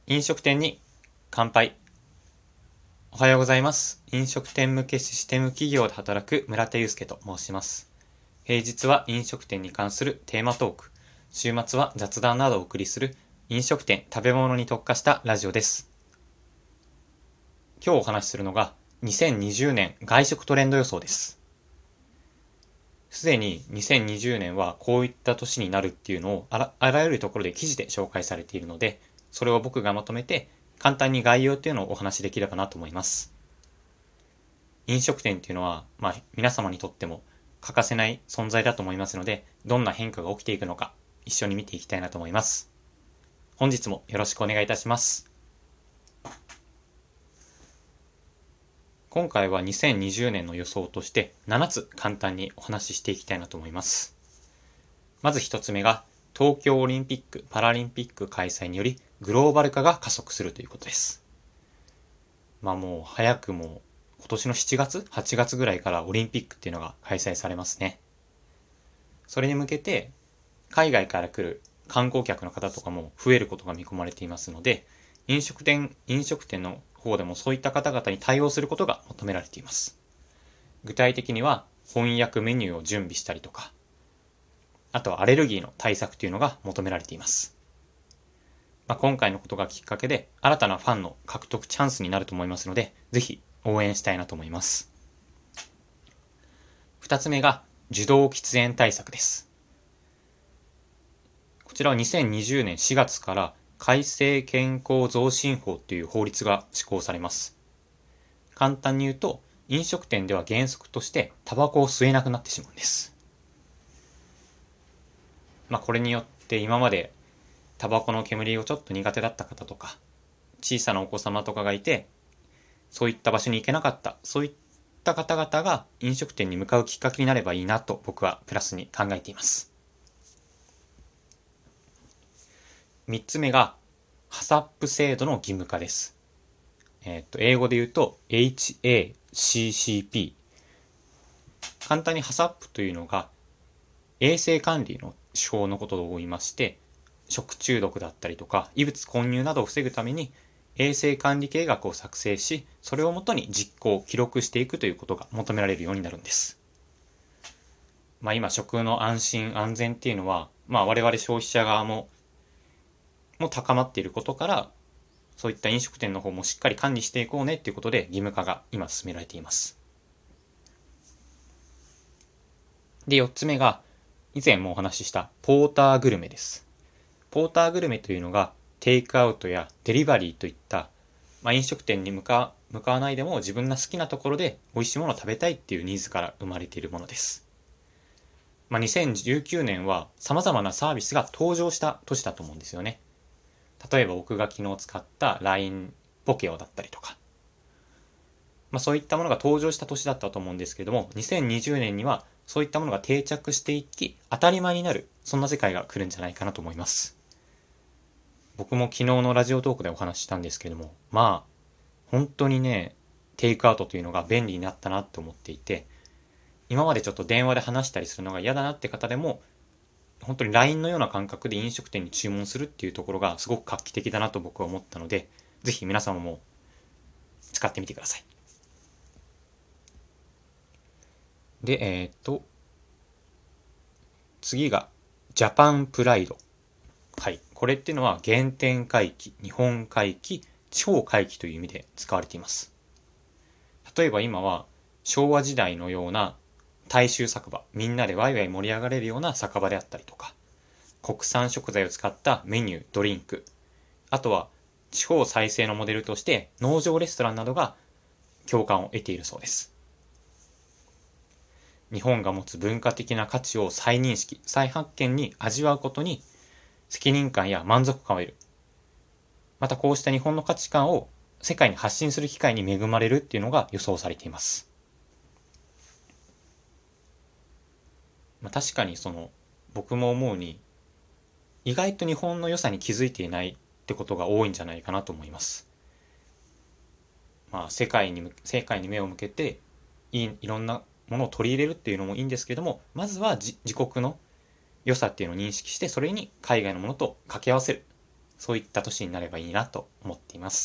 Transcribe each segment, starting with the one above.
飲食店に乾杯。おはようございます。飲食店向けシステム企業で働く村田祐介と申します。平日は飲食店に関するテーマトーク、週末は雑談などをお送りする飲食店食べ物に特化したラジオです。今日お話しするのが2020年外食トレンド予想です。すでに2020年はこういった年になるっていうのをあらゆるところで記事で紹介されているので、それを僕がまとめて簡単に概要っていうのをお話しできればなと思います。飲食店っていうのは、皆様にとっても欠かせない存在だと思いますので、どんな変化が起きていくのか一緒に見ていきたいなと思います。本日もよろしくお願いいたします。今回は2020年の予想として7つ簡単にお話ししていきたいなと思います。まず1つ目が、東京オリンピック・パラリンピック開催によりグローバル化が加速するということです。もう早くも今年の7月、8月ぐらいからオリンピックっていうのが開催されますね。それに向けて海外から来る観光客の方とかも増えることが見込まれていますので、飲食店の方でもそういった方々に対応することが求められています。具体的には翻訳メニューを準備したりとか、あとはアレルギーの対策というのが求められています。今回のことがきっかけで新たなファンの獲得チャンスになると思いますので、ぜひ応援したいなと思います。二つ目が受動喫煙対策です。こちらは2020年4月から改正健康増進法という法律が施行されます。簡単に言うと、飲食店では原則としてタバコを吸えなくなってしまうんです。これによって今までタバコの煙をちょっと苦手だった方とか、小さなお子様とかがいて、そういった場所に行けなかった、そういった方々が飲食店に向かうきっかけになればいいなと僕はプラスに考えています。三つ目が、ハサップ制度の義務化です。英語で言うと HACCP。簡単にハサップというのが衛生管理の手法のことを言いまして、食中毒だったりとか異物混入などを防ぐために衛生管理計画を作成し、それをもとに実行、記録していくということが求められるようになるんです。今食の安心安全っていうのは、我々消費者側も高まっていることから、そういった飲食店の方もしっかり管理していこうねっていうことで義務化が今進められています。で、4つ目が以前もお話ししたポーターグルメです。ポーターグルメというのがテイクアウトやデリバリーといった、飲食店に向かわないでも自分の好きなところで美味しいものを食べたいっていうニーズから生まれているものです。2019年は様々なサービスが登場した年だと思うんですよね。例えば僕が昨日使った LINE ポケオだったりとか、そういったものが登場した年だったと思うんですけれども、2020年にはそういったものが定着していき、当たり前になる、そんな世界が来るんじゃないかなと思います。僕も昨日のラジオトークでお話ししたんですけれども、本当にね、テイクアウトというのが便利になったなと思っていて、今までちょっと電話で話したりするのが嫌だなって方でも、本当に LINE のような感覚で飲食店に注文するっていうところがすごく画期的だなと僕は思ったので、ぜひ皆様も使ってみてください。で、次がジャパンプライド。はい。これっていうのは原点回帰、日本回帰、地方回帰という意味で使われています。例えば今は昭和時代のような大衆酒場、みんなでワイワイ盛り上がれるような酒場であったりとか、国産食材を使ったメニュー、ドリンク、あとは地方再生のモデルとして農場レストランなどが共感を得ているそうです。日本が持つ文化的な価値を再認識、再発見に味わうことに責任感や満足感を得る。またこうした日本の価値観を世界に発信する機会に恵まれるっていうのが予想されています。確かに僕も思うに、意外と日本の良さに気づいていないってことが多いんじゃないかなと思います。世界に目を向けていろんなものを取り入れるっていうのもいいんですけども、まずは自国の良さっていうのを認識して、それに海外のものと掛け合わせる。 そういった年になればいいなと思っています。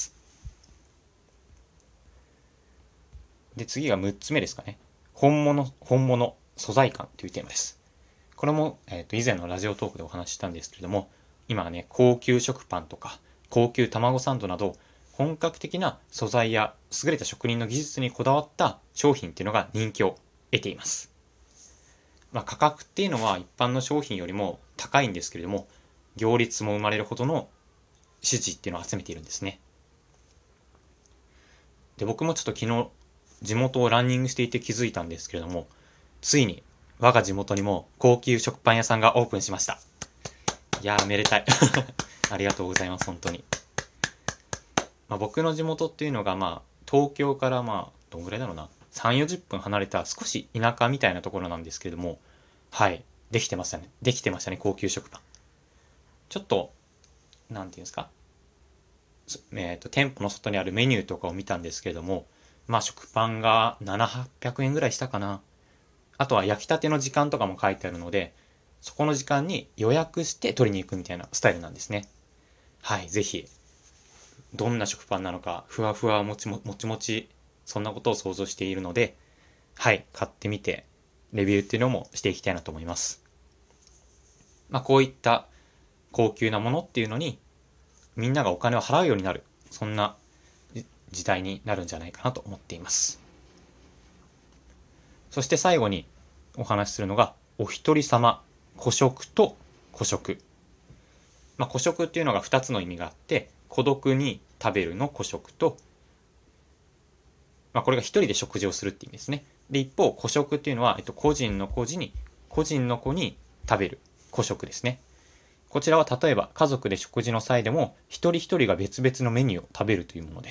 で、次が6つ目ですかね。本物、素材感というテーマです。これも、以前のラジオトークでお話ししたんですけれども、今はね、高級食パンとか、高級卵サンドなど、本格的な素材や優れた職人の技術にこだわった商品っていうのが人気を得ています。価格っていうのは一般の商品よりも高いんですけれども、行列も生まれるほどの支持っていうのを集めているんですね。で、僕もちょっと昨日、地元をランニングしていて気づいたんですけれども、ついに我が地元にも高級食パン屋さんがオープンしました。いやー、めでたい。ありがとうございます、本当に。僕の地元っていうのが、東京からどんぐらいだろうな、3、40分離れた少し田舎みたいなところなんですけれども、はい、できてましたね、高級食パン。ちょっと、なんていうんですか、店舗の外にあるメニューとかを見たんですけれども、食パンが7、800円ぐらいしたかな。あとは焼きたての時間とかも書いてあるので、そこの時間に予約して取りに行くみたいなスタイルなんですね。はい、ぜひ、どんな食パンなのか、ふわふわもちもち、そんなことを想像しているので、はい、買ってみて、レビューっていうのもしていきたいなと思います。こういった高級なものっていうのに、みんながお金を払うようになる、そんな時代になるんじゃないかなと思っています。そして最後にお話しするのが、お一人様、個食と個食。個食っていうのが2つの意味があって、孤独に食べるの個食と、これが一人で食事をするって意味ですね。で、一方、個食っていうのは、個人の子に食べる個食ですね。こちらは例えば家族で食事の際でも、一人一人が別々のメニューを食べるというものです。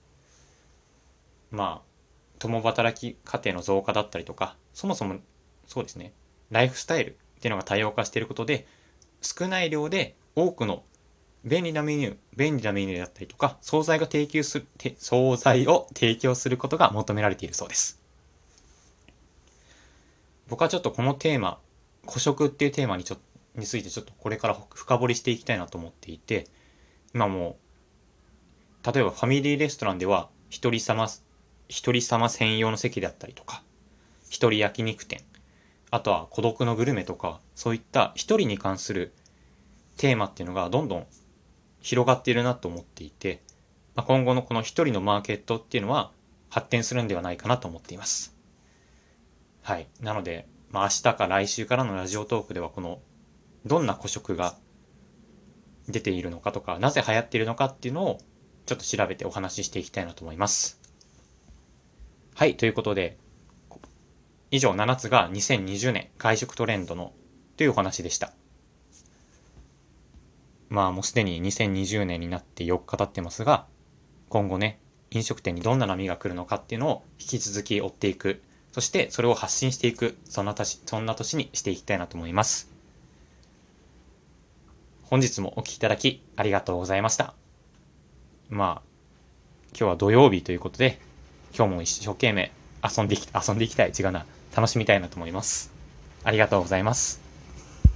共働き家庭の増加だったりとか、そもそもそうですね、ライフスタイルっていうのが多様化していることで、少ない量で多くの便利なメニューだったりとか、惣菜を提供することが求められているそうです。僕はちょっとこのテーマ、個食っていうテーマについてちょっとこれから深掘りしていきたいなと思っていて、今も例えばファミリーレストランでは一人様専用の席だったりとか、一人焼肉店、あとは孤独のグルメとか、そういった一人に関するテーマっていうのがどんどん広がっているなと思っていて、今後のこの一人のマーケットっていうのは発展するんではないかなと思っています。はい。なので、明日か来週からのラジオトークではどんな個食が出ているのかとか、なぜ流行っているのかっていうのをちょっと調べてお話ししていきたいなと思います。はい。ということで、以上7つが2020年外食トレンドのというお話でした。もうすでに2020年になって4日経ってますが、今後ね、飲食店にどんな波が来るのかっていうのを引き続き追っていく。そしてそれを発信していく。そんな年にしていきたいなと思います。本日もお聞きいただきありがとうございました。今日は土曜日ということで、今日も一生懸命遊んでいきたい。違うな。楽しみたいなと思います。ありがとうございます。